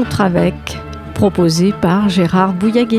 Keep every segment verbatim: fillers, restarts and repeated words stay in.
rencontre avec, proposé par Gérard Bouillaguet.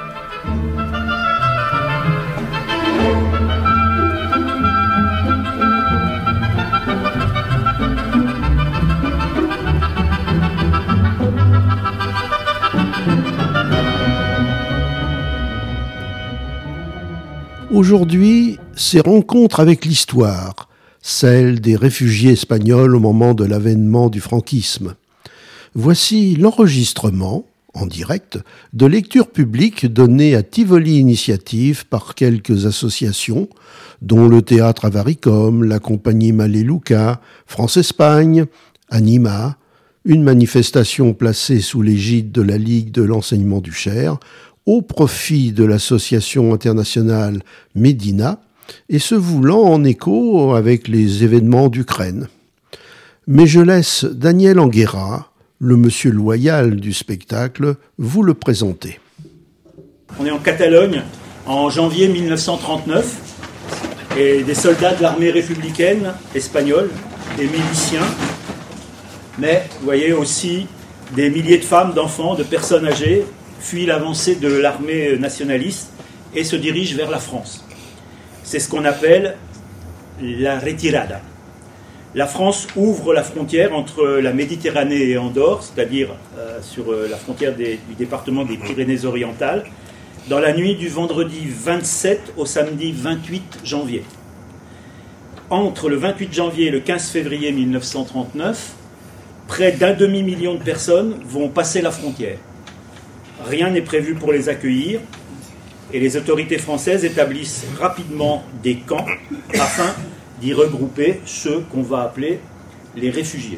Aujourd'hui, c'est rencontre avec l'histoire, celle des réfugiés espagnols au moment de l'avènement du franquisme. Voici l'enregistrement, en direct, de lectures publiques données à Tivoli Initiative par quelques associations, dont le Théâtre Avaricom, la Compagnie Malé-Luca, France-Espagne, Anima, une manifestation placée sous l'égide de la Ligue de l'enseignement du Cher, au profit de l'association internationale Médina, et se voulant en écho avec les événements d'Ukraine. Mais je laisse Daniel Anguera, le monsieur loyal du spectacle, vous le présenter. On est en Catalogne, en janvier mille neuf cent trente-neuf, et des soldats de l'armée républicaine espagnole, des miliciens, mais vous voyez aussi des milliers de femmes, d'enfants, de personnes âgées, fuient l'avancée de l'armée nationaliste et se dirigent vers la France. C'est ce qu'on appelle la retirada. La France ouvre la frontière entre la Méditerranée et Andorre, c'est-à-dire euh, sur euh, la frontière des, du département des Pyrénées-Orientales, dans la nuit du vendredi vingt-sept au samedi vingt-huit janvier. Entre le vingt-huit janvier et le quinze février mille neuf cent trente-neuf, près d'un demi-million de personnes vont passer la frontière. Rien n'est prévu pour les accueillir et les autorités françaises établissent rapidement des camps afin d'y regrouper ceux qu'on va appeler les réfugiés.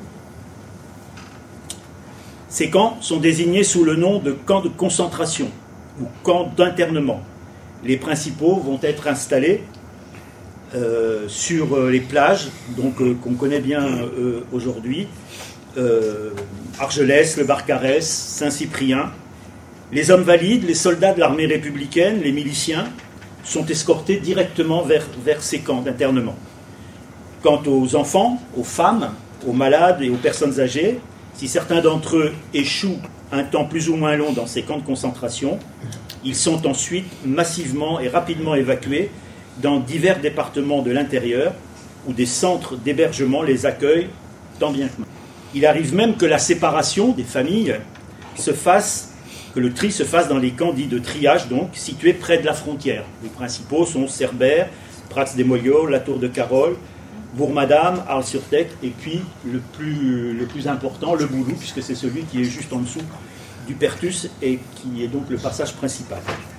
Ces camps sont désignés sous le nom de camps de concentration ou camps d'internement. Les principaux vont être installés euh, sur les plages donc, euh, qu'on connaît bien euh, aujourd'hui, euh, Argelès, le Barcarès, Saint-Cyprien. Les hommes valides, les soldats de l'armée républicaine, les miliciens, sont escortés directement vers, vers ces camps d'internement. Quant aux enfants, aux femmes, aux malades et aux personnes âgées, si certains d'entre eux échouent un temps plus ou moins long dans ces camps de concentration, ils sont ensuite massivement et rapidement évacués dans divers départements de l'intérieur où des centres d'hébergement les accueillent tant bien que mal. Il arrive même que la séparation des familles se fasse que le tri se fasse dans les camps dits de triage, donc, situés près de la frontière. Les principaux sont Cerbère, Prats de Mollio, la Tour de Carol, Bourg-Madame, Arles-sur-Tech, et puis le plus, le plus important, le Boulou, puisque c'est celui qui est juste en dessous du Pertus et qui est donc le passage principal.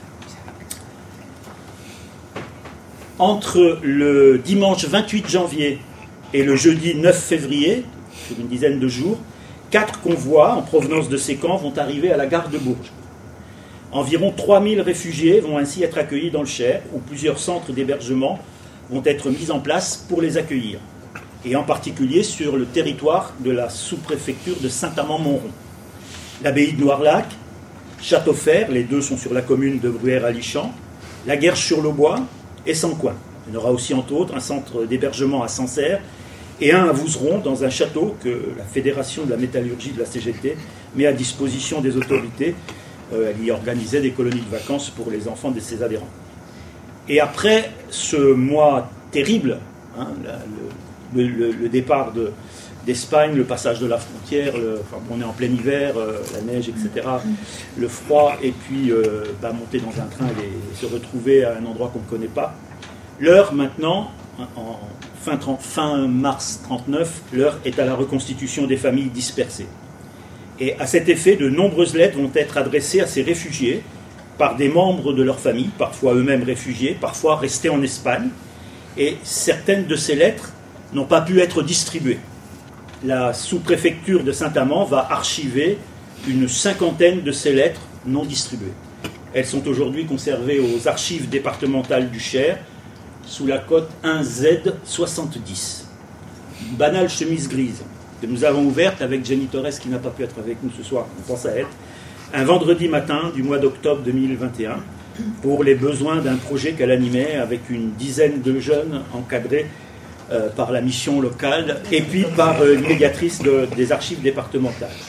Entre le dimanche vingt-huit janvier et le jeudi neuf février, sur une dizaine de jours, quatre convois en provenance de ces camps vont arriver à la gare de Bourges. Environ trois mille réfugiés vont ainsi être accueillis dans le Cher, où plusieurs centres d'hébergement vont être mis en place pour les accueillir, et en particulier sur le territoire de la sous-préfecture de Saint-Amand-Montrond. L'abbaye de Noirlac, Châteaufer, les deux sont sur la commune de Bruyères-Alichamps, la Guerche-sur-le-Bois et Sancoin. Il y en aura aussi entre autres un centre d'hébergement à Sancerre, et un à Vouzeron, dans un château que la Fédération de la métallurgie de la C G T met à disposition des autorités. Euh, elle y organisait des colonies de vacances pour les enfants de ses adhérents. Et après ce mois terrible, hein, la, le, le, le départ de, d'Espagne, le passage de la frontière, le, enfin, on est en plein hiver, euh, la neige, et cetera, le froid, et puis euh, bah, monter dans un train et, et se retrouver à un endroit qu'on ne connaît pas. L'heure maintenant, en fin, fin mars trente-neuf, l'heure est à la reconstitution des familles dispersées. Et à cet effet, de nombreuses lettres vont être adressées à ces réfugiés par des membres de leur famille, parfois eux-mêmes réfugiés, parfois restés en Espagne. Et certaines de ces lettres n'ont pas pu être distribuées. La sous-préfecture de Saint-Amand va archiver une cinquantaine de ces lettres non distribuées. Elles sont aujourd'hui conservées aux archives départementales du Cher, sous la cote un Z soixante-dix. Une banale chemise grise que nous avons ouverte avec Jenny Torres qui n'a pas pu être avec nous ce soir, on pense à elle, un vendredi matin du mois d'octobre deux mille vingt et un pour les besoins d'un projet qu'elle animait avec une dizaine de jeunes encadrés euh, par la mission locale et puis par euh, une médiatrice de, des archives départementales.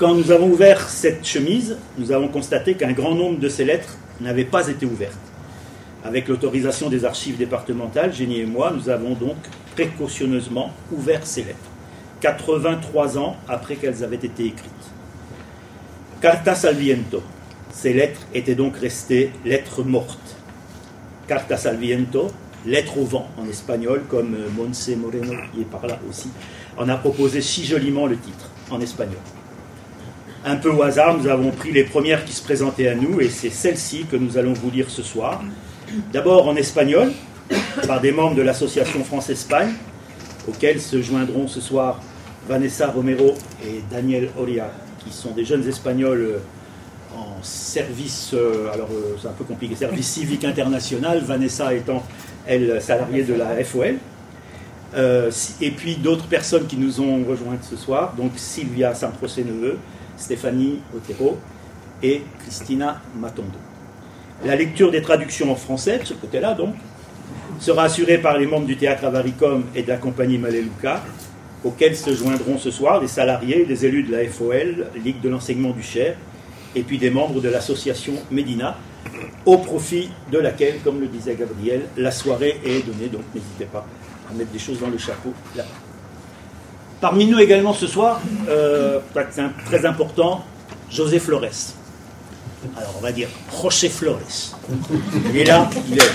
Quand nous avons ouvert cette chemise, nous avons constaté qu'un grand nombre de ces lettres n'avaient pas été ouvertes. Avec l'autorisation des archives départementales, Jenny et moi, nous avons donc précautionneusement ouvert ces lettres, quatre-vingt-trois ans après qu'elles avaient été écrites. Cartas al viento. Ces lettres étaient donc restées lettres mortes. Cartas al viento, lettres au vent en espagnol, comme Monse Moreno, qui est par là aussi, en a proposé si joliment le titre en espagnol. Un peu au hasard, nous avons pris les premières qui se présentaient à nous, et c'est celles-ci que nous allons vous lire ce soir. D'abord en espagnol, par des membres de l'association France-Espagne, auxquels se joindront ce soir Vanessa Romero et Daniel Oria, qui sont des jeunes Espagnols en service, euh, alors euh, c'est un peu compliqué, service civique international, Vanessa étant, elle, salariée de la F O L. Euh, et puis d'autres personnes qui nous ont rejointes ce soir, donc Sylvia Saint-Procé-Neveu, Stéphanie Otero et Christina Matondo. La lecture des traductions en français, de ce côté-là donc, sera assurée par les membres du Théâtre Avaricom et de la compagnie Maleluca, auxquels se joindront ce soir des salariés, des élus de la F O L, Ligue de l'enseignement du Cher, et puis des membres de l'association Médina, au profit de laquelle, comme le disait Gabriel, la soirée est donnée, donc n'hésitez pas à mettre des choses dans le chapeau là-bas. Parmi nous également ce soir, euh, c'est un, très important, José Flores. Alors on va dire José Flores. Il est là, il est.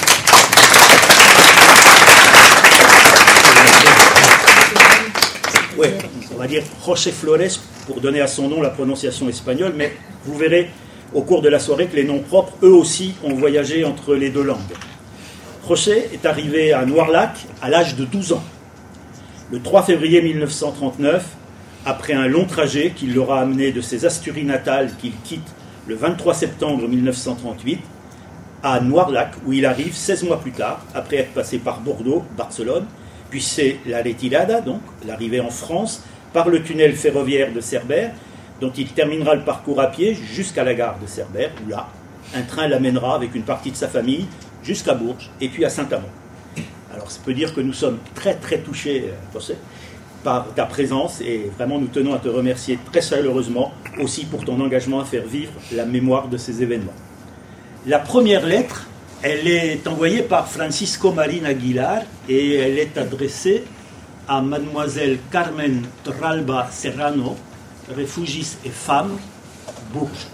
Oui, on va dire José Flores pour donner à son nom la prononciation espagnole, mais vous verrez au cours de la soirée que les noms propres, eux aussi, ont voyagé entre les deux langues. José est arrivé à Noirlac à l'âge de douze ans. Le trois février mille neuf cent trente-neuf, après un long trajet qui l'aura amené de ses Asturies natales qu'il quitte le vingt-trois septembre mille neuf cent trente-huit, à Noirlac, où il arrive seize mois plus tard, après être passé par Bordeaux, Barcelone, puis c'est la retirada, donc l'arrivée en France, par le tunnel ferroviaire de Cerbère, dont il terminera le parcours à pied jusqu'à la gare de Cerbère, où là, un train l'amènera avec une partie de sa famille jusqu'à Bourges et puis à Saint-Amand. Alors ça peut dire que nous sommes très très touchés, José, par ta présence, et vraiment nous tenons à te remercier très chaleureusement aussi pour ton engagement à faire vivre la mémoire de ces événements. La première lettre, elle est envoyée par Francisco Marín Aguilar et elle est adressée à mademoiselle Carmen Torralba Serrano, réfugiée et femme, Bourges.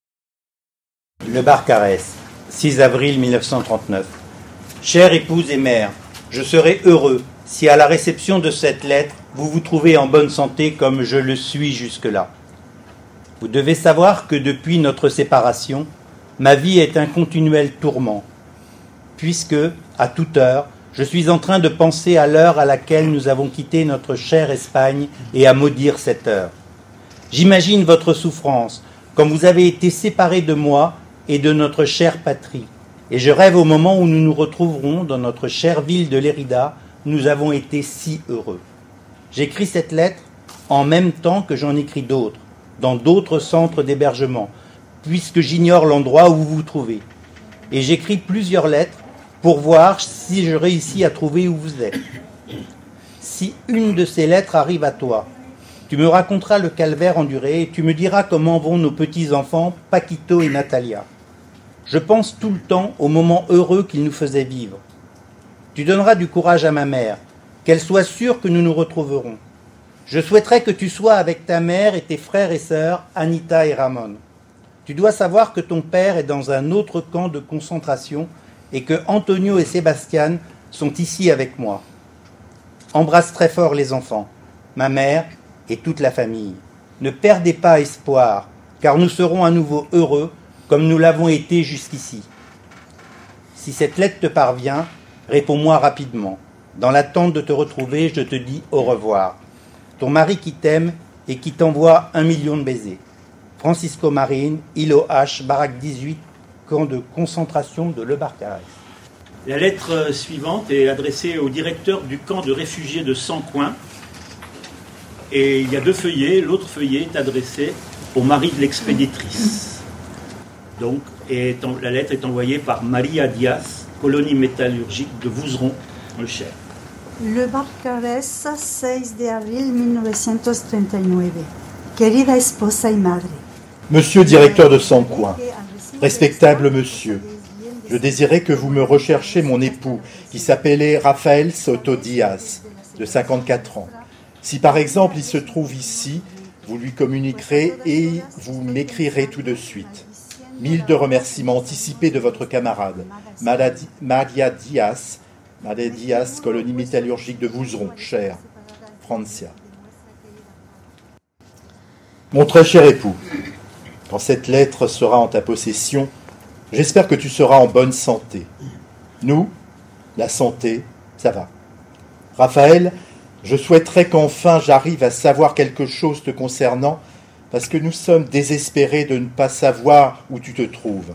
Le Barcarès, six avril mille neuf cent trente-neuf. Chère épouse et mère, je serai heureux si à la réception de cette lettre, vous vous trouvez en bonne santé comme je le suis jusque-là. Vous devez savoir que depuis notre séparation, ma vie est un continuel tourment, puisque, à toute heure, je suis en train de penser à l'heure à laquelle nous avons quitté notre chère Espagne et à maudire cette heure. J'imagine votre souffrance quand vous avez été séparés de moi et de notre chère patrie, et je rêve au moment où nous nous retrouverons dans notre chère ville de Lérida. Nous avons été si heureux. J'écris cette lettre en même temps que j'en écris d'autres, dans d'autres centres d'hébergement, puisque j'ignore l'endroit où vous vous trouvez. Et j'écris plusieurs lettres pour voir si je réussis à trouver où vous êtes. Si une de ces lettres arrive à toi, tu me raconteras le calvaire enduré et tu me diras comment vont nos petits-enfants, Paquito et Natalia. Je pense tout le temps aux moments heureux qu'ils nous faisaient vivre. Tu donneras du courage à ma mère, qu'elle soit sûre que nous nous retrouverons. Je souhaiterais que tu sois avec ta mère et tes frères et sœurs, Anita et Ramon. Tu dois savoir que ton père est dans un autre camp de concentration et que Antonio et Sébastien sont ici avec moi. Embrasse très fort les enfants, ma mère et toute la famille. Ne perdez pas espoir, car nous serons à nouveau heureux comme nous l'avons été jusqu'ici. Si cette lettre te parvient, réponds-moi rapidement. Dans l'attente de te retrouver, je te dis au revoir. Ton mari qui t'aime et qui t'envoie un million de baisers. Francisco Marín, îlot H, baraque dix-huit, camp de concentration de Le Barcarès. La lettre suivante est adressée au directeur du camp de réfugiés de Sancoin. Et il y a deux feuillets. L'autre feuillet est adressé au mari de l'expéditrice. Donc, et la lettre est envoyée par Maria Diaz, colonie métallurgique de Vouzeron, dans le Cher. Le Barcarès, seis de abril mil novecientos treinta y nueve. Querida esposa y madre. Monsieur directeur de Sancoin, respectable monsieur, je désirais que vous me recherchiez mon époux, qui s'appelait Rafael Soto Diaz, de cinquante-quatre ans. Si par exemple il se trouve ici, vous lui communiquerez et vous m'écrirez tout de suite. Mille de remerciements anticipés de votre camarade, Maria Diaz, Maria Diaz, colonie métallurgique de Vouzeron, cher, Francia. Mon très cher époux, quand cette lettre sera en ta possession, j'espère que tu seras en bonne santé. Nous, la santé, ça va. Raphaël, je souhaiterais qu'enfin j'arrive à savoir quelque chose te concernant, parce que nous sommes désespérés de ne pas savoir où tu te trouves.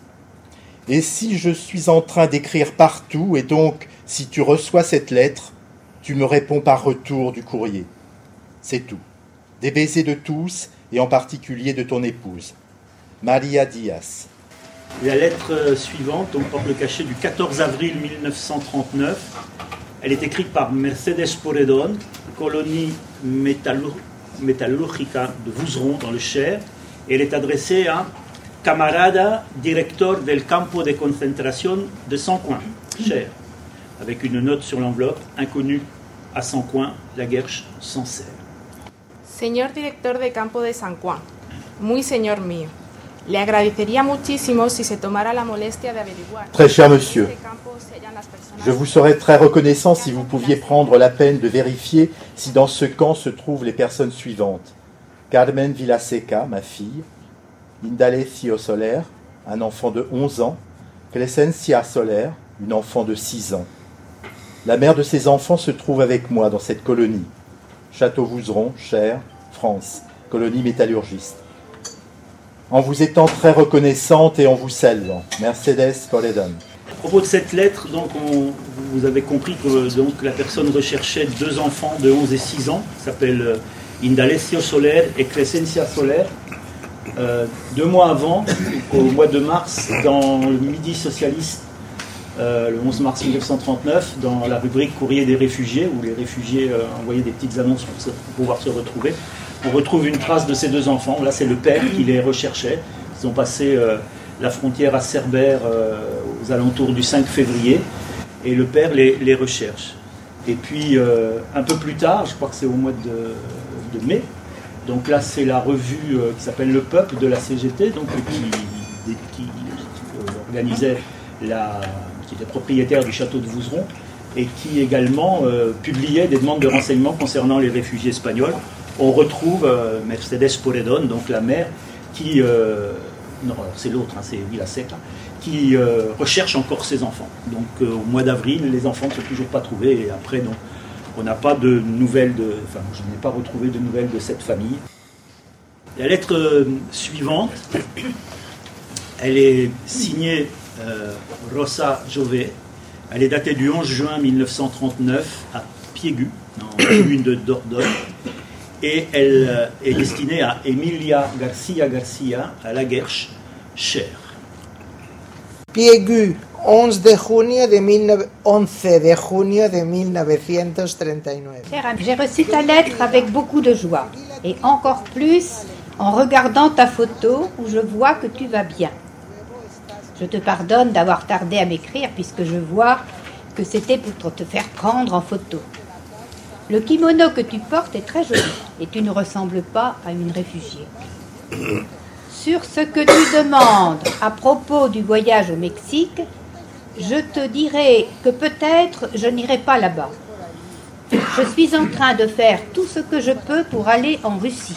Et si je suis en train d'écrire partout, et donc si tu reçois cette lettre, tu me réponds par retour du courrier. C'est tout. Des baisers de tous, et en particulier de ton épouse, Maria Diaz. La lettre suivante, donc porte le cachet du quatorze avril mille neuf cent trente-neuf. Elle est écrite par Mercedes Porredón, colonie métallur- métallurgica de Vouzeron, dans le Cher. Et elle est adressée à Camarada Director del Campo de Concentración de Sancoin, Cher, avec une note sur l'enveloppe, inconnu à Sancoin, la Guerche Sancerre. Señor director de campo de San Juan, muy señor mío, le agradecería muchísimo si se tomara la molestia de averiguar. Très cher monsieur, je vous serais très reconnaissant si vous pouviez prendre la peine de vérifier si dans ce camp se trouvent les personnes suivantes. Carmen Villaseca, ma fille, Indalecio Soler, un enfant de onze ans, Crescencia Soler, une enfant de six ans. La mère de ces enfants se trouve avec moi dans cette colonie. Château-Vouzeron, Cher, France, colonie métallurgiste. En vous étant très reconnaissante et en vous saluant. Mercedes Porredón. À propos de cette lettre, donc on, vous avez compris que donc, la personne recherchait deux enfants de onze et six ans, qui s'appellent Indalecio Soler et Crescencia Soler. Euh, deux mois avant, au mois de mars, dans le Midi socialiste, euh, le onze mars mille neuf cent trente-neuf, dans la rubrique Courrier des réfugiés, où les réfugiés euh, envoyaient des petites annonces pour, se, pour pouvoir se retrouver, on retrouve une trace de ces deux enfants. Là, c'est le père qui les recherchait. Ils ont passé euh, la frontière à Cerbère euh, aux alentours du cinq février, et le père les, les recherche. Et puis, euh, un peu plus tard, je crois que c'est au mois de, de mai, donc là, c'est la revue euh, qui s'appelle Le Peuple de la C G T, donc, qui, qui, qui organisait, la, qui était propriétaire du château de Vouzeron, et qui également euh, publiait des demandes de renseignements concernant les réfugiés espagnols. On retrouve euh, Mercedes Porredón, donc la mère, qui, euh, non, alors c'est l'autre, hein, c'est Villaseca, qui euh, recherche encore ses enfants. Donc euh, au mois d'avril, les enfants ne sont toujours pas trouvés, et après, donc, on n'a pas de nouvelles, de, enfin, je n'ai pas retrouvé de nouvelles de cette famille. La lettre euh, suivante, elle est signée euh, Rosa Jové. Elle est datée du onze juin mille neuf cent trente-neuf à Piégu, dans la commune de Dordogne, et elle euh, est destinée à Emilia Garcia Garcia, à la Guerche, Cher. Piégu, onze de junio de mille... onze de junio de mille neuf cent trente-neuf. J'ai reçu ta lettre avec beaucoup de joie, et encore plus en regardant ta photo où je vois que tu vas bien. Je te pardonne d'avoir tardé à m'écrire puisque je vois que c'était pour te faire prendre en photo. Le kimono que tu portes est très joli et tu ne ressembles pas à une réfugiée. Sur ce que tu demandes à propos du voyage au Mexique, je te dirai que peut-être je n'irai pas là-bas. Je suis en train de faire tout ce que je peux pour aller en Russie.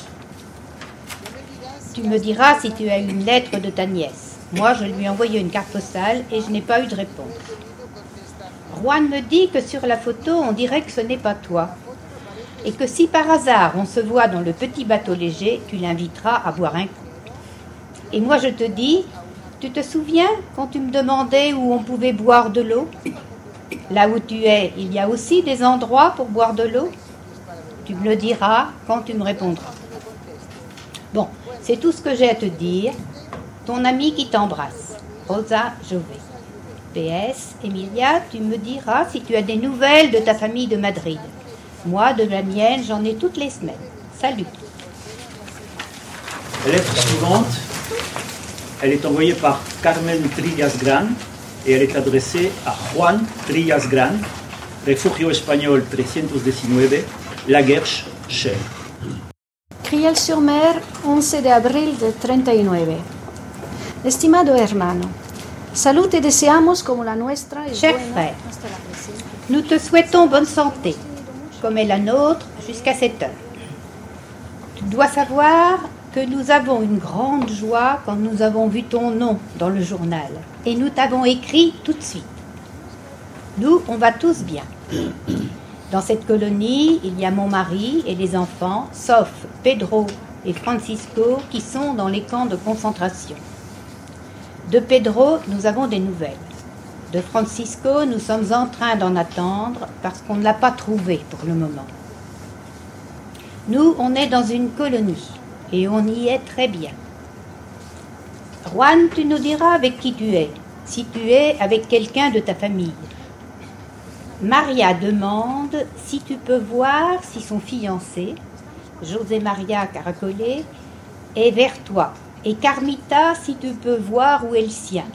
Tu me diras si tu as eu une lettre de ta nièce. Moi, je lui ai envoyé une carte postale et je n'ai pas eu de réponse. Juan me dit que sur la photo, on dirait que ce n'est pas toi. Et que si par hasard on se voit dans le petit bateau léger, tu l'inviteras à boire un coup. Et moi, je te dis, tu te souviens quand tu me demandais où on pouvait boire de l'eau? Là où tu es, il y a aussi des endroits pour boire de l'eau? Tu me le diras quand tu me répondras. Bon, c'est tout ce que j'ai à te dire. Ton ami qui t'embrasse, Rosa Jové. P S, Emilia, tu me diras si tu as des nouvelles de ta famille de Madrid. Moi, de la mienne, j'en ai toutes les semaines. Salut. La lettre suivante, elle est envoyée par Carmen Trillas Gran et elle est adressée à Juan Trillas Gran, Refugio Español trescientos diecinueve, Laguerche, Cher. Criel-sur-Mer, once de abril de treinta y nueve. Estimado hermano, salud te deseamos como la nuestra es Cher buena frère, hasta la presente. nous te souhaitons bonne santé, comme est la nôtre jusqu'à cette heure. Tu dois savoir que nous avons une grande joie quand nous avons vu ton nom dans le journal et nous t'avons écrit tout de suite. Nous, on va tous bien. Dans cette colonie, il y a mon mari et les enfants, sauf Pedro et Francisco qui sont dans les camps de concentration. De Pedro, nous avons des nouvelles. De Francisco, nous sommes en train d'en attendre parce qu'on ne l'a pas trouvé pour le moment. Nous, on est dans une colonie et on y est très bien. Juan, tu nous diras avec qui tu es, si tu es avec quelqu'un de ta famille. Maria demande si tu peux voir si son fiancé, José Maria Caracolé, est vers toi. Et Carmita, si tu peux voir où est le sien.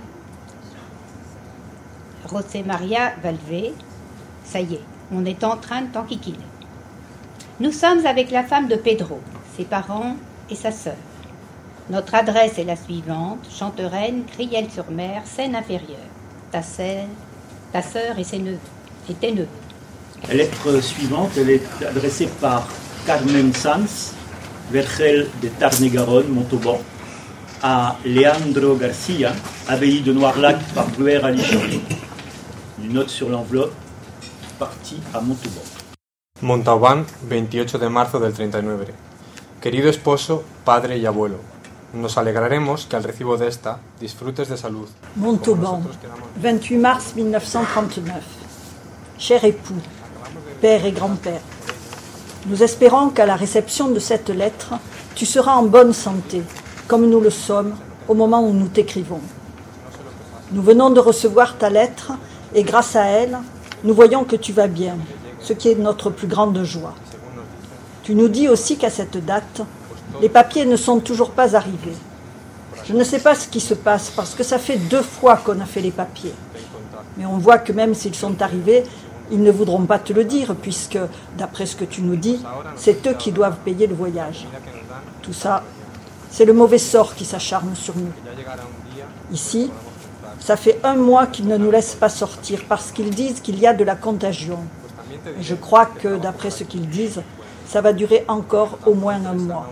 José Maria va lever. Ça y est, on est en train de t'enquiquiner. Nous sommes avec la femme de Pedro, ses parents et sa sœur. Notre adresse est la suivante, Chantereine, Criel-sur-Mer, Seine-Inférieure. Ta sœur, ta sœur et ses neveux. Et tes neveux. La lettre suivante, elle est adressée par Carmen Sanz, Vergel de Tarn-et-Garonne, Montauban, à Leandro Garcia, abbaye de Noirlac par Bruer à Lichon. Une note sur l'enveloppe, partie à Montauban. Montauban, veintiocho de marzo del treinta y nueve. Querido esposo, padre y abuelo, nos alegraremos que al recibo de esta disfrutes de salud. Montauban, vingt-huit mars mille neuf cent trente-neuf. Cher époux, père et grand-père, nous espérons qu'à la réception de cette lettre, tu seras en bonne santé, comme nous le sommes au moment où nous t'écrivons. Nous venons de recevoir ta lettre et grâce à elle, nous voyons que tu vas bien, ce qui est notre plus grande joie. Tu nous dis aussi qu'à cette date, les papiers ne sont toujours pas arrivés. Je ne sais pas ce qui se passe parce que ça fait deux fois qu'on a fait les papiers. Mais on voit que même s'ils sont arrivés, ils ne voudront pas te le dire puisque, d'après ce que tu nous dis, c'est eux qui doivent payer le voyage. Tout ça, c'est le mauvais sort qui s'acharne sur nous. Ici, ça fait un mois qu'ils ne nous laissent pas sortir parce qu'ils disent qu'il y a de la contagion. Et je crois que, d'après ce qu'ils disent, ça va durer encore au moins un mois.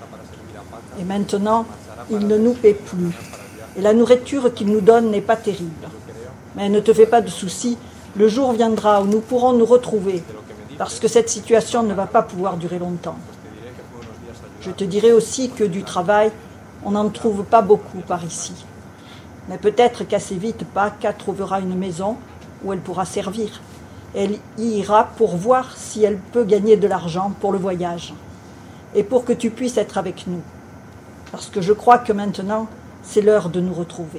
Et maintenant, ils ne nous paient plus. Et la nourriture qu'ils nous donnent n'est pas terrible. Mais ne te fais pas de soucis, le jour viendra où nous pourrons nous retrouver, parce que cette situation ne va pas pouvoir durer longtemps. Je te dirai aussi que du travail, on n'en trouve pas beaucoup par ici. Mais peut-être qu'assez vite, Paca trouvera une maison où elle pourra servir. Elle y ira pour voir si elle peut gagner de l'argent pour le voyage, et pour que tu puisses être avec nous. Parce que je crois que maintenant, c'est l'heure de nous retrouver.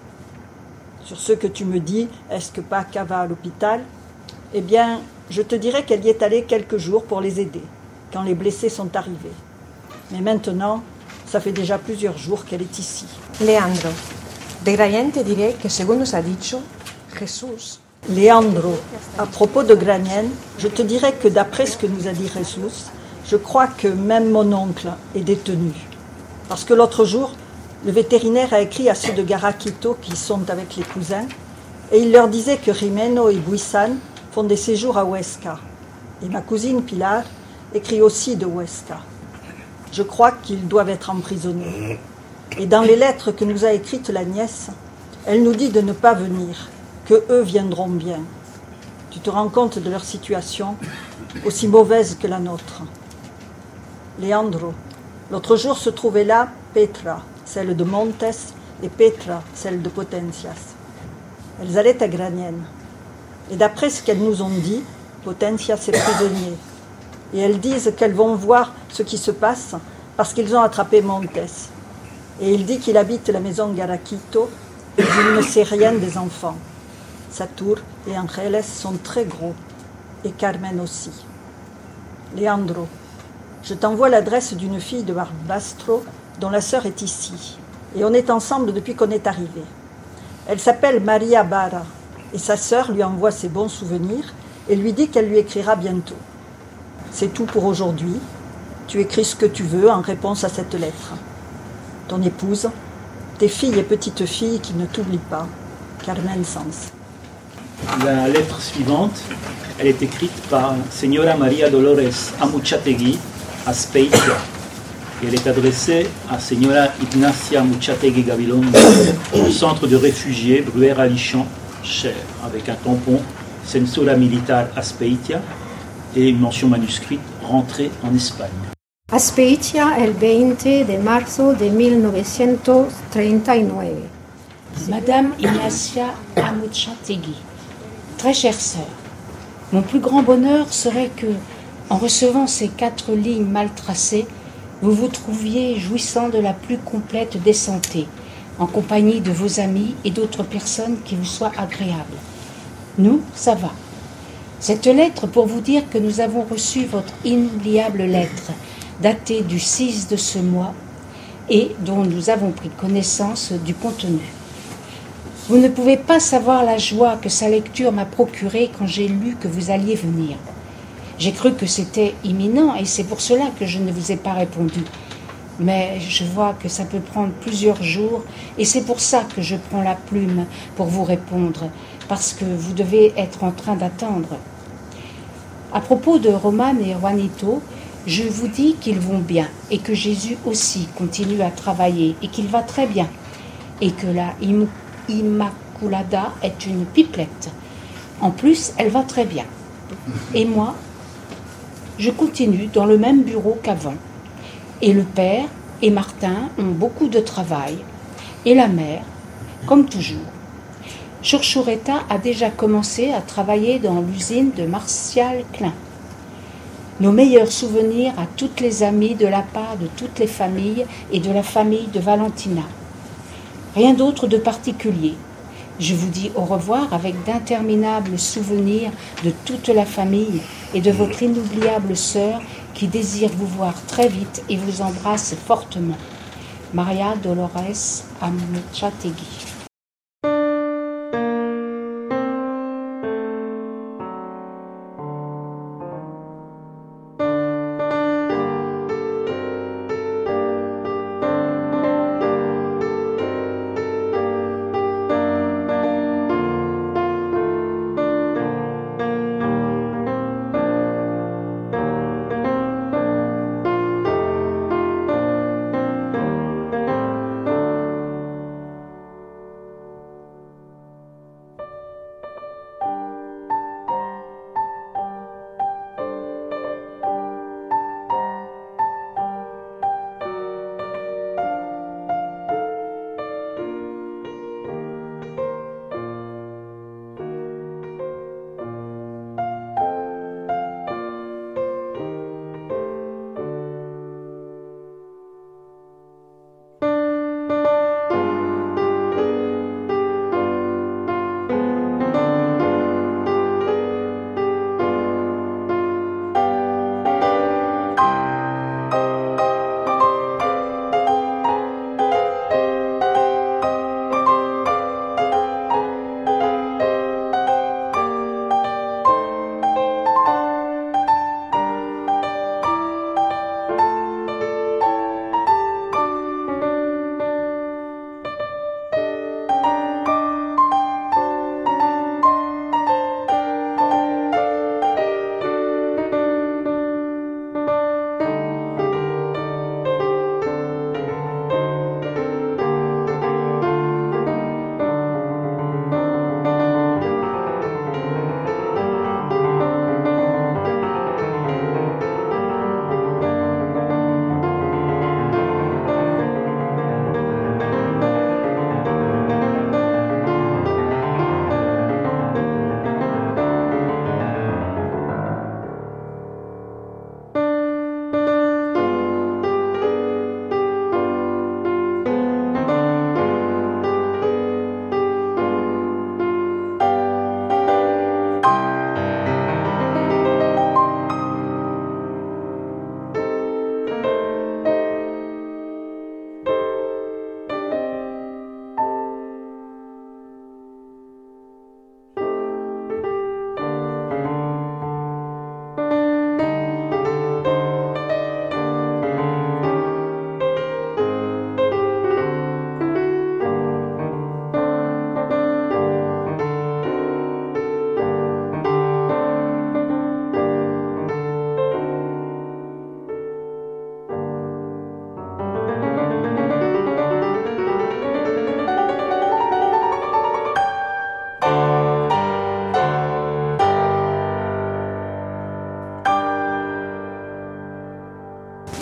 Sur ce que tu me dis, est-ce que Paca va à l'hôpital? Eh bien, je te dirai qu'elle y est allée quelques jours pour les aider, quand les blessés sont arrivés. Mais maintenant, ça fait déjà plusieurs jours qu'elle est ici. Leandro, de Grañén te diré que según nos ha dicho, Jesús... Leandro, à propos de Grañén, je te dirai que d'après ce que nous a dit Jesús, je crois que même mon oncle est détenu. Parce que l'autre jour, le vétérinaire a écrit à ceux de Garaquito qui sont avec les cousins, et il leur disait que Jimeno et Buisan font des séjours à Huesca. Et ma cousine Pilar écrit aussi de Huesca. Je crois qu'ils doivent être emprisonnés. Et dans les lettres que nous a écrites la nièce, elle nous dit de ne pas venir, que eux viendront bien. Tu te rends compte de leur situation, aussi mauvaise que la nôtre. Leandro, l'autre jour se trouvait là Petra, celle de Montes, et Petra, celle de Potencias. Elles allaient à Grañén. Et d'après ce qu'elles nous ont dit, Potencias est prisonnier. Et elles disent qu'elles vont voir ce qui se passe parce qu'ils ont attrapé Montes. Et il dit qu'il habite la maison Garaquito et qu'il ne sait rien des enfants. Satur et Angeles sont très gros, et Carmen aussi. Leandro, je t'envoie l'adresse d'une fille de Barbastro dont la sœur est ici. Et on est ensemble depuis qu'on est arrivé. Elle s'appelle Maria Barra et sa sœur lui envoie ses bons souvenirs et lui dit qu'elle lui écrira bientôt. C'est tout pour aujourd'hui. Tu écris ce que tu veux en réponse à cette lettre. Ton épouse, tes filles et petites-filles qui ne t'oublient pas, Carmen Sanz. La lettre suivante, elle est écrite par Señora María Dolores Amuchategui à Speitia. Et elle est adressée à Señora Ignacia Muchategui Gabilondo, au centre de réfugiés Bruera-Lichamps, Cher, avec un tampon Censura Militar Aspeitia et une mention manuscrite rentrée en Espagne. Aspeitia el veinte de marzo de mil novecientos treinta y nueve. Madame Ignacia Amuchategui, très chère sœur, mon plus grand bonheur serait que, en recevant ces quatre lignes mal tracées, vous vous trouviez jouissant de la plus complète des santés, en compagnie de vos amis et d'autres personnes qui vous soient agréables. Nous, ça va. Cette lettre pour vous dire que nous avons reçu votre inoubliable lettre, datée du six de ce mois, et dont nous avons pris connaissance du contenu. Vous ne pouvez pas savoir la joie que sa lecture m'a procurée quand j'ai lu que vous alliez venir. J'ai cru que c'était imminent et c'est pour cela que je ne vous ai pas répondu. Mais je vois que ça peut prendre plusieurs jours et c'est pour ça que je prends la plume pour vous répondre, parce que vous devez être en train d'attendre. À propos de Roman et Juanito, je vous dis qu'ils vont bien et que Jésus aussi continue à travailler et qu'il va très bien et que la Immaculada est une pipelette. En plus, elle va très bien. Et moi, je continue dans le même bureau qu'avant. Et le père et Martin ont beaucoup de travail. Et la mère, comme toujours. Churchureta a déjà commencé à travailler dans l'usine de Martial Klein. Nos meilleurs souvenirs à toutes les amies de la part de toutes les familles et de la famille de Valentina. Rien d'autre de particulier. Je vous dis au revoir avec d'interminables souvenirs de toute la famille et de votre inoubliable sœur qui désire vous voir très vite et vous embrasse fortement. Maria Dolores Amuchategui.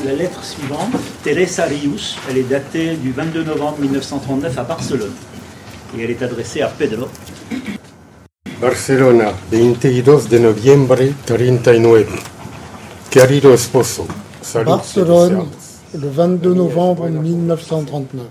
la lettre suivante, Teresa Rius, elle est datée du vingt-deux novembre mille neuf cent trente-neuf à Barcelone. Et elle est adressée à Pedro. Barcelona, veintidós de noviembre treinta y nueve. Querido esposo, salud. Barcelone, le vingt-deux novembre mille neuf cent trente-neuf.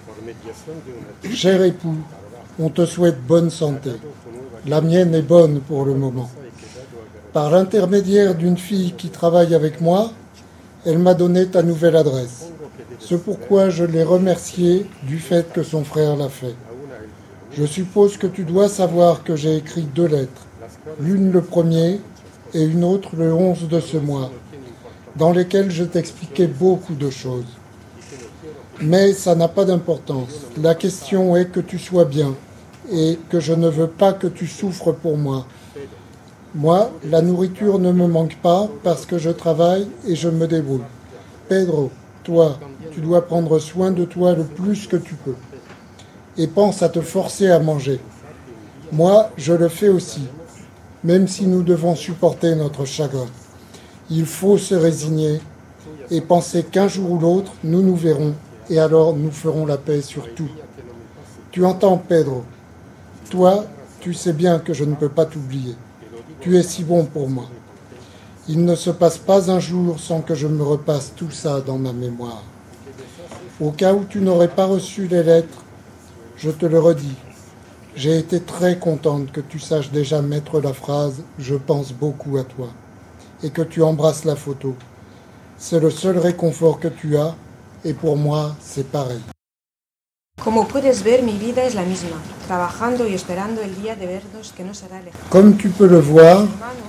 Cher époux, on te souhaite bonne santé. La mienne est bonne pour le moment. Par l'intermédiaire d'une fille qui travaille avec moi, elle m'a donné ta nouvelle adresse. C'est pourquoi je l'ai remerciée du fait que son frère l'a fait. Je suppose que tu dois savoir que j'ai écrit deux lettres, l'une le premier et une autre le onze de ce mois, dans lesquelles je t'expliquais beaucoup de choses. Mais ça n'a pas d'importance. La question est que tu sois bien et que je ne veux pas que tu souffres pour moi. Moi, la nourriture ne me manque pas parce que je travaille et je me débrouille. Pedro, toi, tu dois prendre soin de toi le plus que tu peux. Et pense à te forcer à manger. Moi, je le fais aussi, même si nous devons supporter notre chagrin. Il faut se résigner et penser qu'un jour ou l'autre, nous nous verrons et alors nous ferons la paix sur tout. Tu entends, Pedro? Toi, tu sais bien que je ne peux pas t'oublier. Tu es si bon pour moi. Il ne se passe pas un jour sans que je me repasse tout ça dans ma mémoire. Au cas où tu n'aurais pas reçu les lettres, je te le redis, j'ai été très contente que tu saches déjà mettre la phrase « Je pense beaucoup à toi » et que tu embrasses la photo. C'est le seul réconfort que tu as et pour moi, c'est pareil. Como puedes ver, mi vida es la misma, trabajando y esperando el día de vernos que no será lejano. Comme tu peux le voir,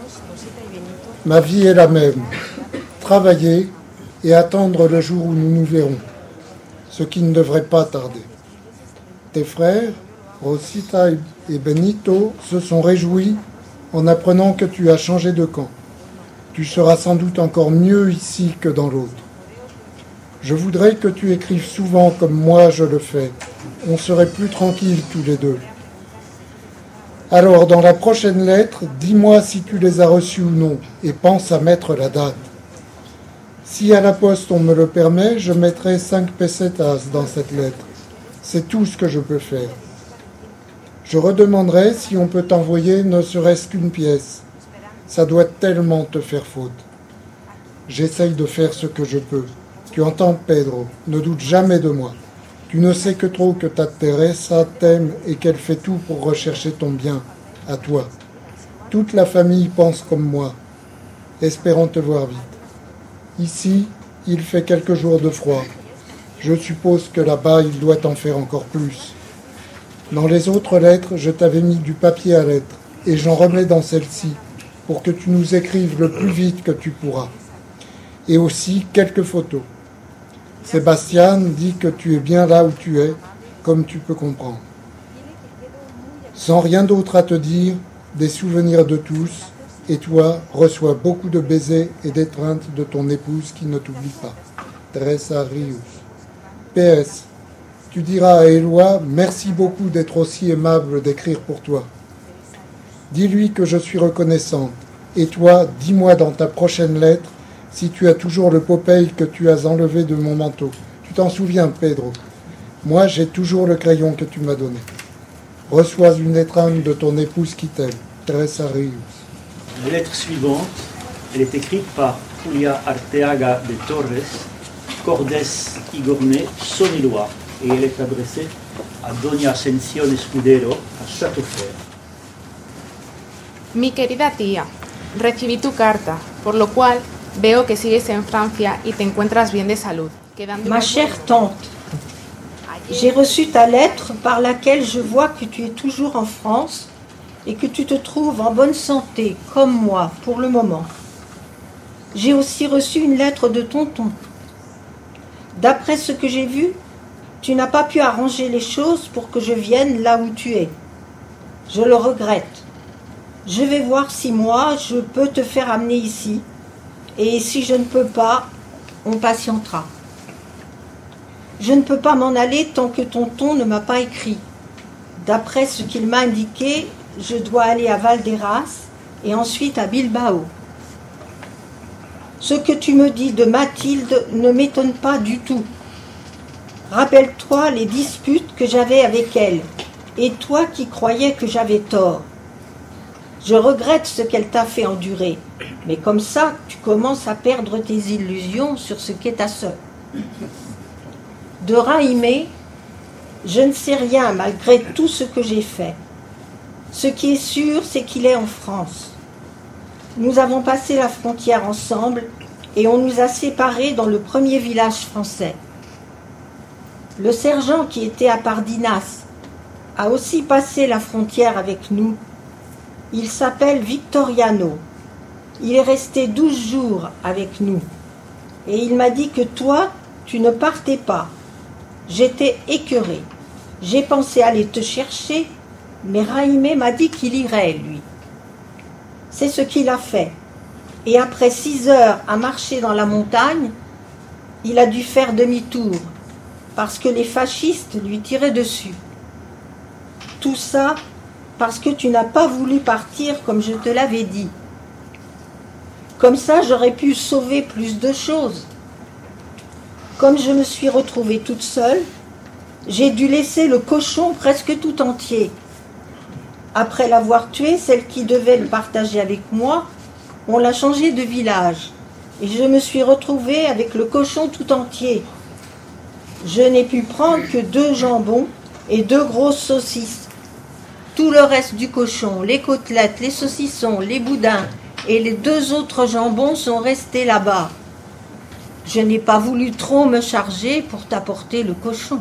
ma vie est la même. Travailler et attendre le jour où nous nous verrons, ce qui ne devrait pas tarder. Tes frères, Rosita et Benito, se sont réjouis en apprenant que tu as changé de camp. Tu seras sans doute encore mieux ici que dans l'autre. Je voudrais que tu écrives souvent comme moi je le fais. On serait plus tranquilles tous les deux. Alors, dans la prochaine lettre, dis-moi si tu les as reçues ou non, et pense à mettre la date. Si à la poste on me le permet, je mettrai cinq pesetas dans cette lettre. C'est tout ce que je peux faire. Je redemanderai si on peut t'envoyer ne serait-ce qu'une pièce. Ça doit tellement te faire faute. J'essaye de faire ce que je peux. Tu entends, Pedro, ne doute jamais de moi. Tu ne sais que trop que ta Teresa t'aime et qu'elle fait tout pour rechercher ton bien, à toi. Toute la famille pense comme moi. Espérons te voir vite. Ici, il fait quelques jours de froid. Je suppose que là-bas, il doit en faire encore plus. Dans les autres lettres, je t'avais mis du papier à lettres, et j'en remets dans celle-ci, pour que tu nous écrives le plus vite que tu pourras. Et aussi quelques photos. Sébastien dit que tu es bien là où tu es, comme tu peux comprendre. Sans rien d'autre à te dire, des souvenirs de tous, et toi, reçois beaucoup de baisers et d'étreintes de ton épouse qui ne t'oublie pas. Teresa Rius. P S. Tu diras à Éloi, merci beaucoup d'être aussi aimable d'écrire pour toi. Dis-lui que je suis reconnaissante. Et toi, dis-moi dans ta prochaine lettre si tu as toujours le Popeye que tu as enlevé de mon manteau. Tu t'en souviens, Pedro? Moi, j'ai toujours le crayon que tu m'as donné. Reçois une étreinte de ton épouse qui t'aime. Teresa Rius. La lettre suivante, elle est écrite par Julia Arteaga de Torres, Cordes y Gournay, Saône-et-Loire, et elle est adressée a Doña Ascensión Escudero, a Châteaufer. Mi querida tía, recibí tu carta, por lo cual veo que sigues en Francia y te encuentras bien de salud. Ma chère tante, j'ai reçu ta lettre par laquelle je vois que tu es toujours en France et que tu te trouves en bonne santé, comme moi, pour le moment. J'ai aussi reçu une lettre de tonton. D'après ce que j'ai vu, tu n'as pas pu arranger les choses pour que je vienne là où tu es. Je le regrette. Je vais voir si moi, je peux te faire amener ici. Et si je ne peux pas, on patientera. Je ne peux pas m'en aller tant que tonton ne m'a pas écrit. D'après ce qu'il m'a indiqué, je dois aller à Valderas et ensuite à Bilbao. Ce que tu me dis de Mathilde ne m'étonne pas du tout. Rappelle-toi les disputes que j'avais avec elle, et toi qui croyais que j'avais tort. Je regrette ce qu'elle t'a fait endurer, mais comme ça, tu commences à perdre tes illusions sur ce qu'est ta sœur. De Raïmé, je ne sais rien malgré tout ce que j'ai fait. Ce qui est sûr, c'est qu'il est en France. Nous avons passé la frontière ensemble et on nous a séparés dans le premier village français. Le sergent qui était à Pardinas a aussi passé la frontière avec nous. Il s'appelle Victoriano. Il est resté douze jours avec nous. Et il m'a dit que toi, tu ne partais pas. J'étais écœurée. J'ai pensé aller te chercher, mais Raïmé m'a dit qu'il irait, lui. C'est ce qu'il a fait. Et après six heures à marcher dans la montagne, il a dû faire demi-tour, parce que les fascistes lui tiraient dessus. Tout ça parce que tu n'as pas voulu partir comme je te l'avais dit. Comme ça, j'aurais pu sauver plus de choses. Comme je me suis retrouvée toute seule, j'ai dû laisser le cochon presque tout entier. Après l'avoir tué, celle qui devait le partager avec moi, on l'a changé de village. Et je me suis retrouvée avec le cochon tout entier. Je n'ai pu prendre que deux jambons et deux grosses saucisses. Tout le reste du cochon, les côtelettes, les saucissons, les boudins et les deux autres jambons sont restés là-bas. Je n'ai pas voulu trop me charger pour t'apporter le cochon.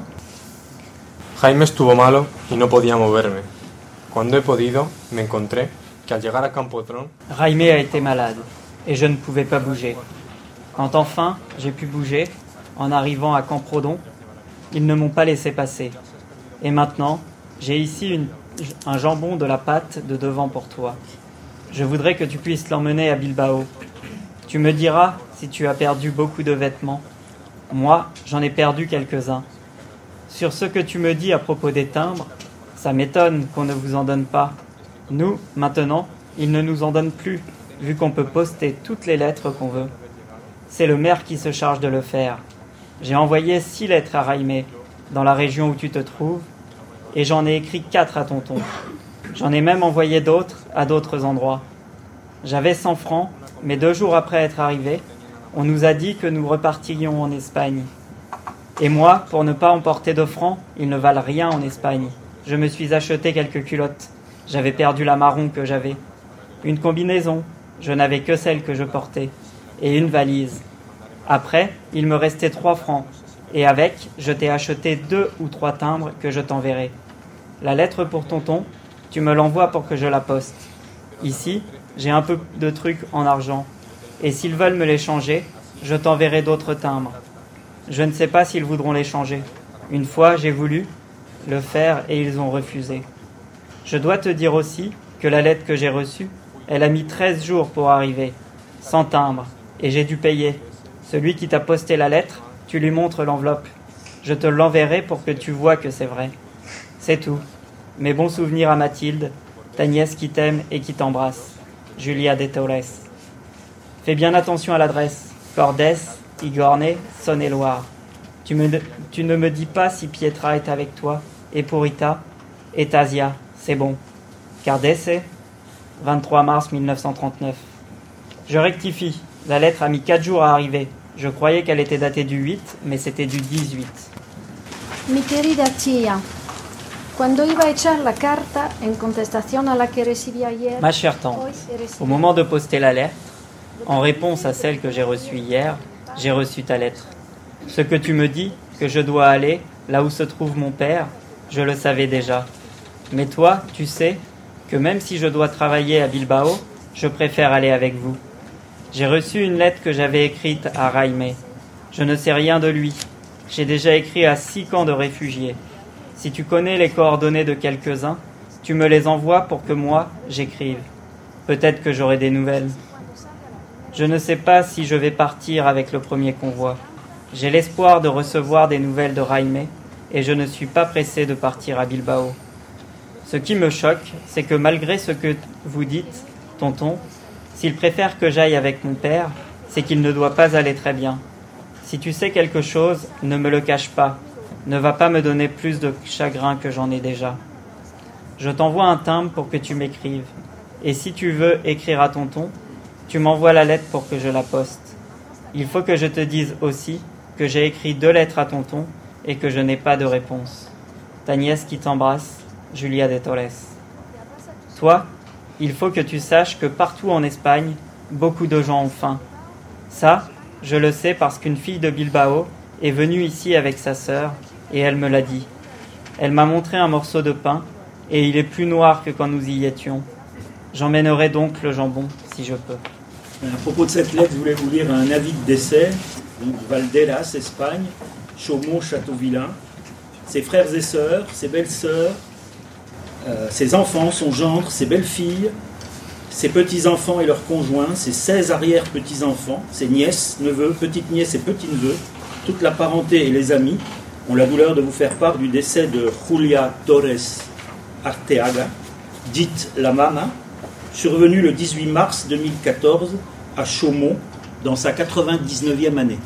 Jaime estuvo malo y no podía moverme. Cuando he podido, me encontré que al llegar a Campodrón... Jaime a été malade et je ne pouvais pas bouger. Quand enfin j'ai pu bouger, en arrivant à Camprodon, ils ne m'ont pas laissé passer. Et maintenant, j'ai ici une, un jambon de la pâte de devant pour toi. Je voudrais que tu puisses l'emmener à Bilbao. Tu me diras si tu as perdu beaucoup de vêtements. Moi, j'en ai perdu quelques-uns. Sur ce que tu me dis à propos des timbres, ça m'étonne qu'on ne vous en donne pas. Nous, maintenant, ils ne nous en donnent plus, vu qu'on peut poster toutes les lettres qu'on veut. C'est le maire qui se charge de le faire. J'ai envoyé six lettres à Raïmé, dans la région où tu te trouves, et j'en ai écrit quatre à tonton. J'en ai même envoyé d'autres à d'autres endroits. J'avais cent francs, mais deux jours après être arrivé, on nous a dit que nous repartirions en Espagne. Et moi, pour ne pas emporter de francs, ils ne valent rien en Espagne. Je me suis acheté quelques culottes. J'avais perdu la marron que j'avais. Une combinaison, je n'avais que celle que je portais. Et une valise. Après, il me restait trois francs. Et avec, je t'ai acheté deux ou trois timbres que je t'enverrai. La lettre pour tonton, tu me l'envoies pour que je la poste. Ici, j'ai un peu de trucs en argent. Et s'ils veulent me les changer, je t'enverrai d'autres timbres. Je ne sais pas s'ils voudront les changer. Une fois, j'ai voulu le faire et ils ont refusé. Je dois te dire aussi que la lettre que j'ai reçue, elle a mis treize jours pour arriver, sans timbre, et j'ai dû payer. Celui qui t'a posté la lettre, tu lui montres l'enveloppe. Je te l'enverrai pour que tu vois que c'est vrai. C'est tout. Mes bons souvenirs à Mathilde, ta nièce qui t'aime et qui t'embrasse. Julia de Torres. Fais bien attention à l'adresse. Cordès, Igorné, Saône-et-Loire. Tu, me, tu ne me dis pas si Pietra est avec toi, et Purita, et Tasia, c'est bon. Cardesse, vingt-trois mars mille neuf cent trente-neuf. Je rectifie, la lettre a mis quatre jours à arriver. Je croyais qu'elle était datée du huit, mais c'était du dix-huit. Mi querida tia, cuando iba a echar la carta en contestación a la que recibí ayer... Ma chère tante, au moment de poster la lettre, en réponse à celle que j'ai reçue hier, j'ai reçu ta lettre. Ce que tu me dis, que je dois aller là où se trouve mon père, je le savais déjà. Mais toi, tu sais que même si je dois travailler à Bilbao, je préfère aller avec vous. J'ai reçu une lettre que j'avais écrite à Raïmé. Je ne sais rien de lui. J'ai déjà écrit à six camps de réfugiés. Si tu connais les coordonnées de quelques-uns, tu me les envoies pour que moi, j'écrive. Peut-être que j'aurai des nouvelles. Je ne sais pas si je vais partir avec le premier convoi. J'ai l'espoir de recevoir des nouvelles de Raïmé et je ne suis pas pressé de partir à Bilbao. Ce qui me choque, c'est que malgré ce que vous dites, tonton, s'il préfère que j'aille avec mon père, c'est qu'il ne doit pas aller très bien. Si tu sais quelque chose, ne me le cache pas. Ne va pas me donner plus de chagrin que j'en ai déjà. Je t'envoie un timbre pour que tu m'écrives. Et si tu veux écrire à tonton, tu m'envoies la lettre pour que je la poste. Il faut que je te dise aussi que j'ai écrit deux lettres à tonton et que je n'ai pas de réponse. Ta nièce qui t'embrasse, Julia de Torres. Toi, il faut que tu saches que partout en Espagne, beaucoup de gens ont faim. Ça, je le sais parce qu'une fille de Bilbao est venue ici avec sa sœur et elle me l'a dit. Elle m'a montré un morceau de pain et il est plus noir que quand nous y étions. J'emmènerai donc le jambon, si je peux. À propos de cette lettre, je voulais vous lire un avis de décès. Donc, Valderas, Espagne, Chaumont, Châteauvillain. Ses frères et sœurs, ses belles-sœurs, euh, ses enfants, son gendre, ses belles-filles, ses petits-enfants et leurs conjoints, ses seize arrière-petits-enfants, ses nièces, neveux, petites-nièces et petits-neveux, toute la parenté et les amis ont la douleur de vous faire part du décès de Julia Torres Arteaga, dite la Mama, survenue le dix-huit mars deux mille quatorze à Chaumont, dans sa quatre-vingt-dix-neuvième année.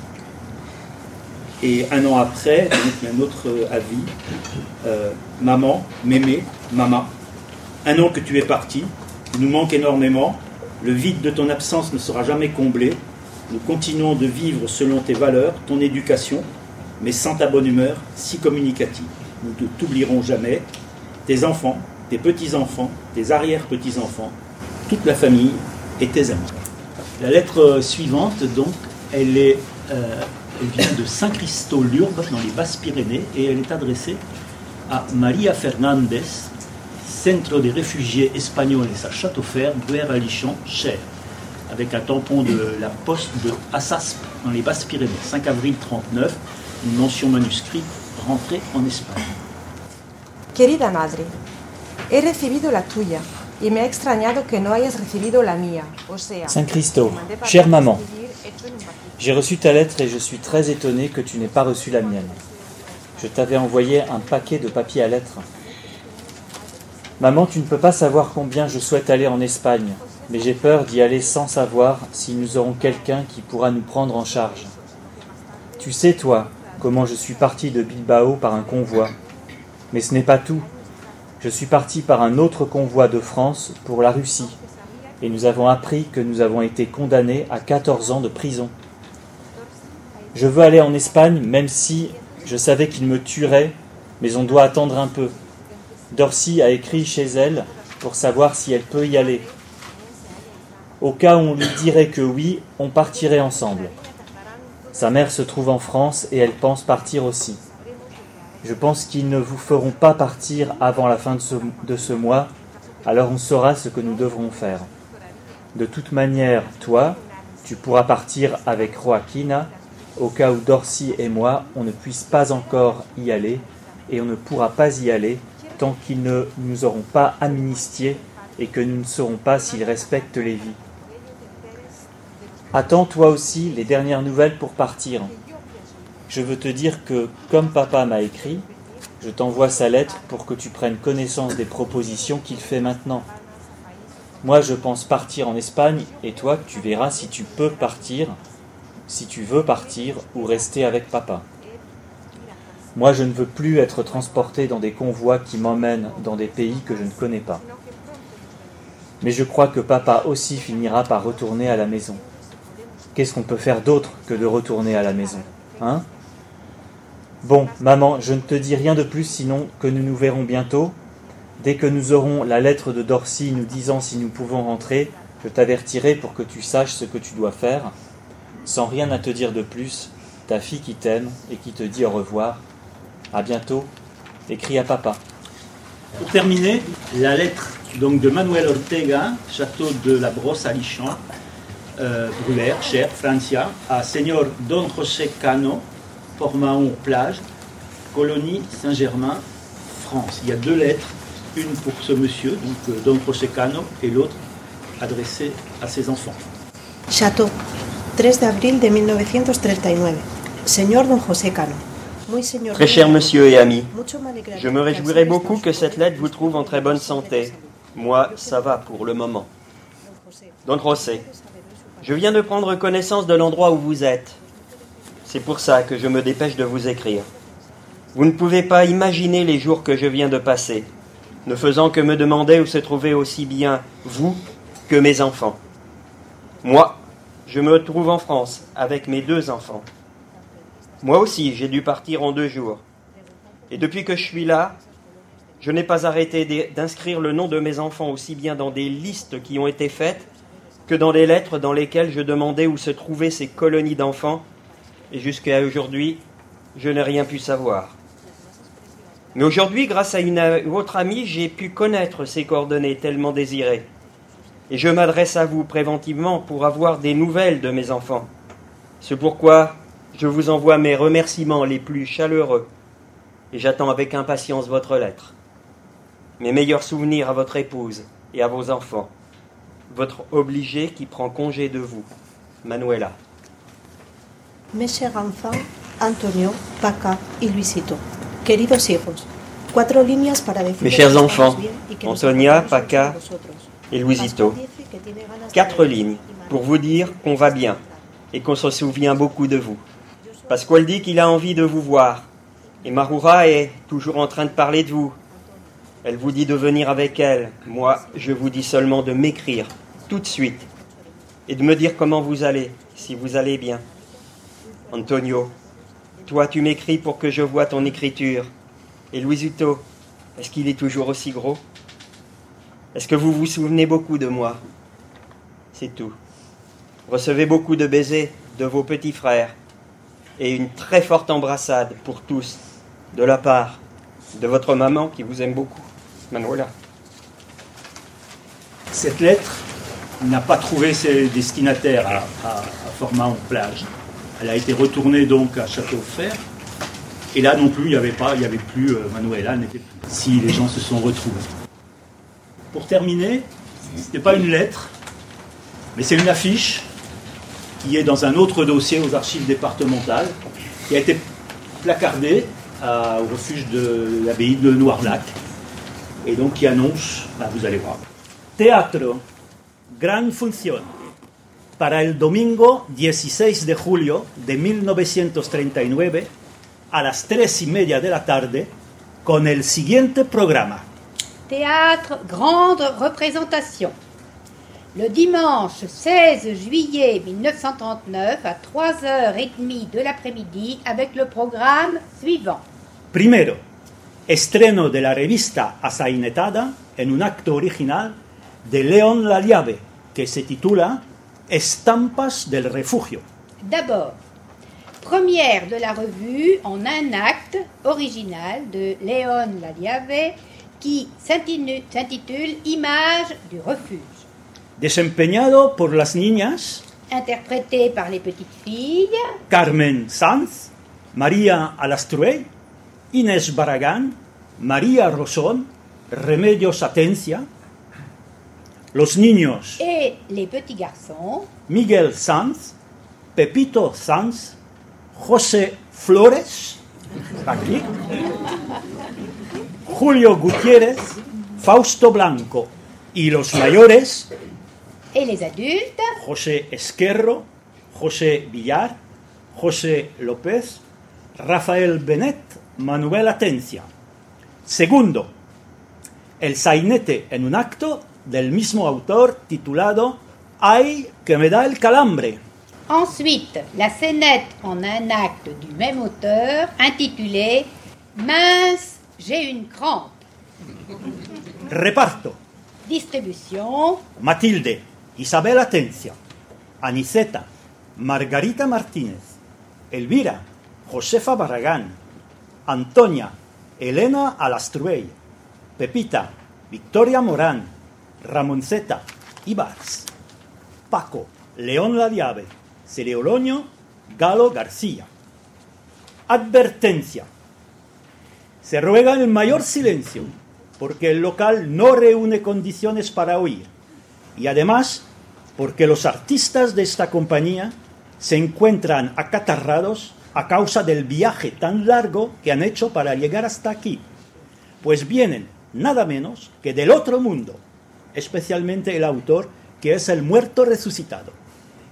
Et un an après, donc, il y a un autre avis, euh, maman, mémé, mama, un an que tu es parti, il nous manque énormément, le vide de ton absence ne sera jamais comblé, nous continuons de vivre selon tes valeurs, ton éducation, mais sans ta bonne humeur si communicative. Nous ne t'oublierons jamais, tes enfants, tes petits-enfants, tes arrière-petits-enfants, toute la famille et tes amis. La lettre suivante, donc, elle, est, euh, elle vient de Saint-Christo-l'Urbe, dans les Basses-Pyrénées, et elle est adressée à Maria Fernandez, Centro de Réfugiés Espagnoles à Châteaufer, Buer Alichamps, Cher, avec un tampon de la poste de Assasp, dans les Basses-Pyrénées, cinq avril trente-neuf, une mention manuscrite rentrée en Espagne. Querida madre, he recibido la tuya. Y me ha extrañado que no hayas recibido la mía. O sea, Saint Christo, chère maman, j'ai reçu ta lettre et je suis très étonné que tu n'aies pas reçu la mienne. Je t'avais envoyé un paquet de papier à lettres. Maman, tu ne peux pas savoir combien je souhaite aller en Espagne, mais j'ai peur d'y aller sans savoir si nous aurons quelqu'un qui pourra nous prendre en charge. Tu sais, toi, comment je suis parti de Bilbao par un convoi. Mais ce n'est pas tout. Je suis parti par un autre convoi de France pour la Russie, et nous avons appris que nous avons été condamnés à quatorze ans de prison. Je veux aller en Espagne, même si je savais qu'il me tuerait, mais on doit attendre un peu. Dorcy a écrit chez elle pour savoir si elle peut y aller. Au cas où on lui dirait que oui, on partirait ensemble. Sa mère se trouve en France et elle pense partir aussi. Je pense qu'ils ne vous feront pas partir avant la fin de ce, de ce mois, alors on saura ce que nous devrons faire. De toute manière, toi, tu pourras partir avec Joaquina, au cas où Dorcy et moi, on ne puisse pas encore y aller, et on ne pourra pas y aller tant qu'ils ne nous auront pas amnistiés et que nous ne saurons pas s'ils respectent les vies. Attends toi aussi les dernières nouvelles pour partir. Je veux te dire que, comme papa m'a écrit, je t'envoie sa lettre pour que tu prennes connaissance des propositions qu'il fait maintenant. Moi, je pense partir en Espagne, et toi, tu verras si tu peux partir, si tu veux partir, ou rester avec papa. Moi, je ne veux plus être transporté dans des convois qui m'emmènent dans des pays que je ne connais pas. Mais je crois que papa aussi finira par retourner à la maison. Qu'est-ce qu'on peut faire d'autre que de retourner à la maison, hein ? Bon, maman, je ne te dis rien de plus sinon que nous nous verrons bientôt. Dès que nous aurons la lettre de Dorcy nous disant si nous pouvons rentrer, je t'avertirai pour que tu saches ce que tu dois faire. Sans rien à te dire de plus, ta fille qui t'aime et qui te dit au revoir. À bientôt, écris à papa. Pour terminer, la lettre donc, de Manuel Ortega, château de la Brosse à Alichamps, euh, Brûlère, Cher, Francia, à Señor Don José Cano, Port-Mahon, plage, colonie Saint-Germain, France. Il y a deux lettres, une pour ce monsieur, donc Don José Cano, et l'autre adressée à ses enfants. Château, tres de abril de mille neuf cent trente-neuf. Señor Don José Cano. Très cher monsieur et ami, je me réjouirais beaucoup que cette lettre vous trouve en très bonne santé. Moi, ça va pour le moment. Don José, Je viens de prendre connaissance de l'endroit où vous êtes. C'est pour ça que je me dépêche de vous écrire. Vous ne pouvez pas imaginer les jours que je viens de passer, ne faisant que me demander où se trouvaient aussi bien vous que mes enfants. Moi, je me trouve en France avec mes deux enfants. Moi aussi, j'ai dû partir en deux jours. Et depuis que je suis là, je n'ai pas arrêté d'inscrire le nom de mes enfants aussi bien dans des listes qui ont été faites que dans les lettres dans lesquelles je demandais où se trouvaient ces colonies d'enfants. Et jusqu'à aujourd'hui, je n'ai rien pu savoir. Mais aujourd'hui, grâce à une autre amie, j'ai pu connaître ces coordonnées tellement désirées. Et je m'adresse à vous préventivement pour avoir des nouvelles de mes enfants. C'est pourquoi je vous envoie mes remerciements les plus chaleureux et j'attends avec impatience votre lettre. Mes meilleurs souvenirs à votre épouse et à vos enfants. Votre obligé qui prend congé de vous, Manuela. Mes chers enfants, Antonio, Paca y Luisito. Queridos hijos, cuatro líneas para decir. Mes chers enfants, Antonia, Paca et Luisito. Quatre lignes pour vous dire qu'on va bien et qu'on se souvient beaucoup de vous. Pascual dit qu'il a envie de vous voir. Et Marura est toujours en train de parler de vous. Elle vous dit de venir avec elle. Moi, je vous dis seulement de m'écrire tout de suite et de me dire comment vous allez, si vous allez bien. Antonio, toi tu m'écris pour que je voie ton écriture. Et Luisito, est-ce qu'il est toujours aussi gros? Est-ce que vous vous souvenez beaucoup de moi? C'est tout. Recevez beaucoup de baisers de vos petits frères et une très forte embrassade pour tous de la part de votre maman qui vous aime beaucoup, Manuela. Cette lettre n'a pas trouvé ses destinataires à, à, à Format-en-Plage. Elle a été retournée donc à Châteaufer. Et là non plus, il n'y avait pas, il n'y avait plus euh, Manuela, elle n'était plus. Si les gens se sont retrouvés. Pour terminer, ce n'était pas une lettre, mais c'est une affiche qui est dans un autre dossier aux archives départementales, qui a été placardée à, au refuge de l'abbaye de Noirlac, et donc qui annonce, ben vous allez voir. Teatro, gran función, para el domingo dieciséis de julio de mil novecientos treinta y nueve a las tres y media de la tarde con el siguiente programa. Théâtre, grande représentation. Le dimanche seize juillet mille neuf cent trente-neuf à trois heures trente de l'après-midi avec le programme suivant. Primero, estreno de la revista Asainetada en un acto original de León Laliave que se titula Estampas del Refugio. D'abord, première de la revue en un acte original de León Laliave qui s'intitule Images du refuge. Desempeñado por las niñas, interprété par les petites filles, Carmen Sanz, María Alastruey, Inés Barragán, María Rosón, Remedios Atencia, los niños, et les petits garçons, Miguel Sanz, Pepito Sanz, José Flores, aquí, Julio Gutiérrez, Fausto Blanco, y los mayores, et les adultes, José Esquerro, José Villar, José López, Rafael Benet, Manuel Atencia. Segundo, el sainete en un acto del mismo autor titulado Ay, que me da el calambre. Ensuite, la scénette en un acte du même auteur intitulé Mince, j'ai une crampe. Reparto. Distribution. Matilde, Isabel Atencia, Aniceta, Margarita Martínez, Elvira, Josefa Barragán, Antonia, Elena Alastruey, Pepita, Victoria Morán, Ramonceta, Ibars, Paco, León Ladiave, Cereoloño, Galo García. Advertencia. Se ruega el mayor silencio porque el local no reúne condiciones para oír y además porque los artistas de esta compañía se encuentran acatarrados a causa del viaje tan largo que han hecho para llegar hasta aquí, pues vienen nada menos que del otro mundo, especialmente el autor, que es el muerto resucitado,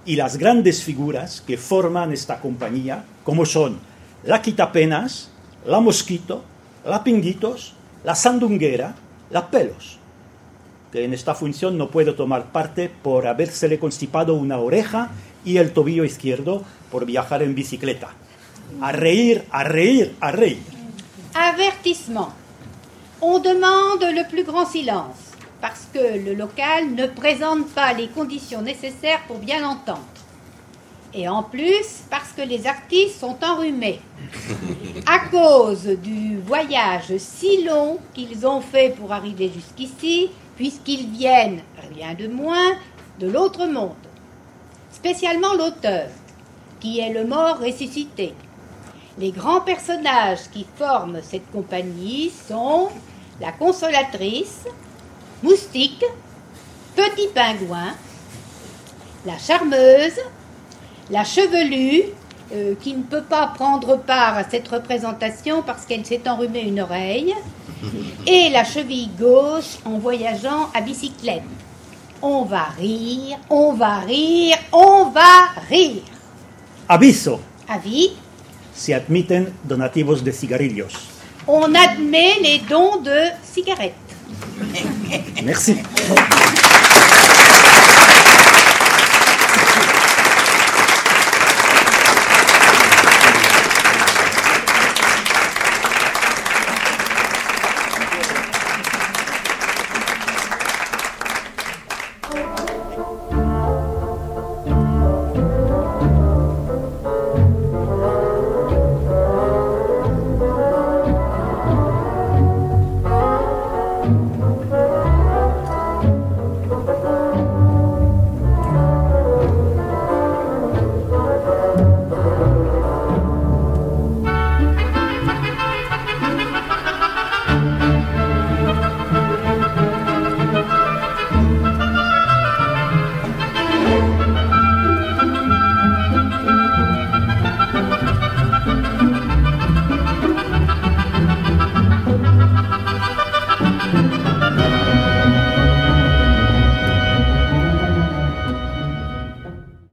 y las grandes figuras que forman esta compañía, como son la Quitapenas, la Mosquito, la Pinguitos, la Sandunguera, la Pelos, que en esta función no puedo tomar parte por habérsele constipado una oreja y el tobillo izquierdo por viajar en bicicleta. A reír, a reír, a reír. Avertissement. On demande le plus grand silence, parce que le local ne présente pas les conditions nécessaires pour bien l'entendre. Et en plus, parce que les artistes sont enrhumés, à cause du voyage si long qu'ils ont fait pour arriver jusqu'ici, puisqu'ils viennent, rien de moins, de l'autre monde. Spécialement l'auteur, qui est le mort ressuscité. Les grands personnages qui forment cette compagnie sont la consolatrice, Moustique, Petit Pingouin, la charmeuse, la chevelue, euh, qui ne peut pas prendre part à cette représentation parce qu'elle s'est enrhumée une oreille, et la cheville gauche en voyageant à bicyclette. On va rire, on va rire, on va rire. Aviso. Avis. Se admiten donativos de cigarrillos. On admet les dons de cigarettes. Merci.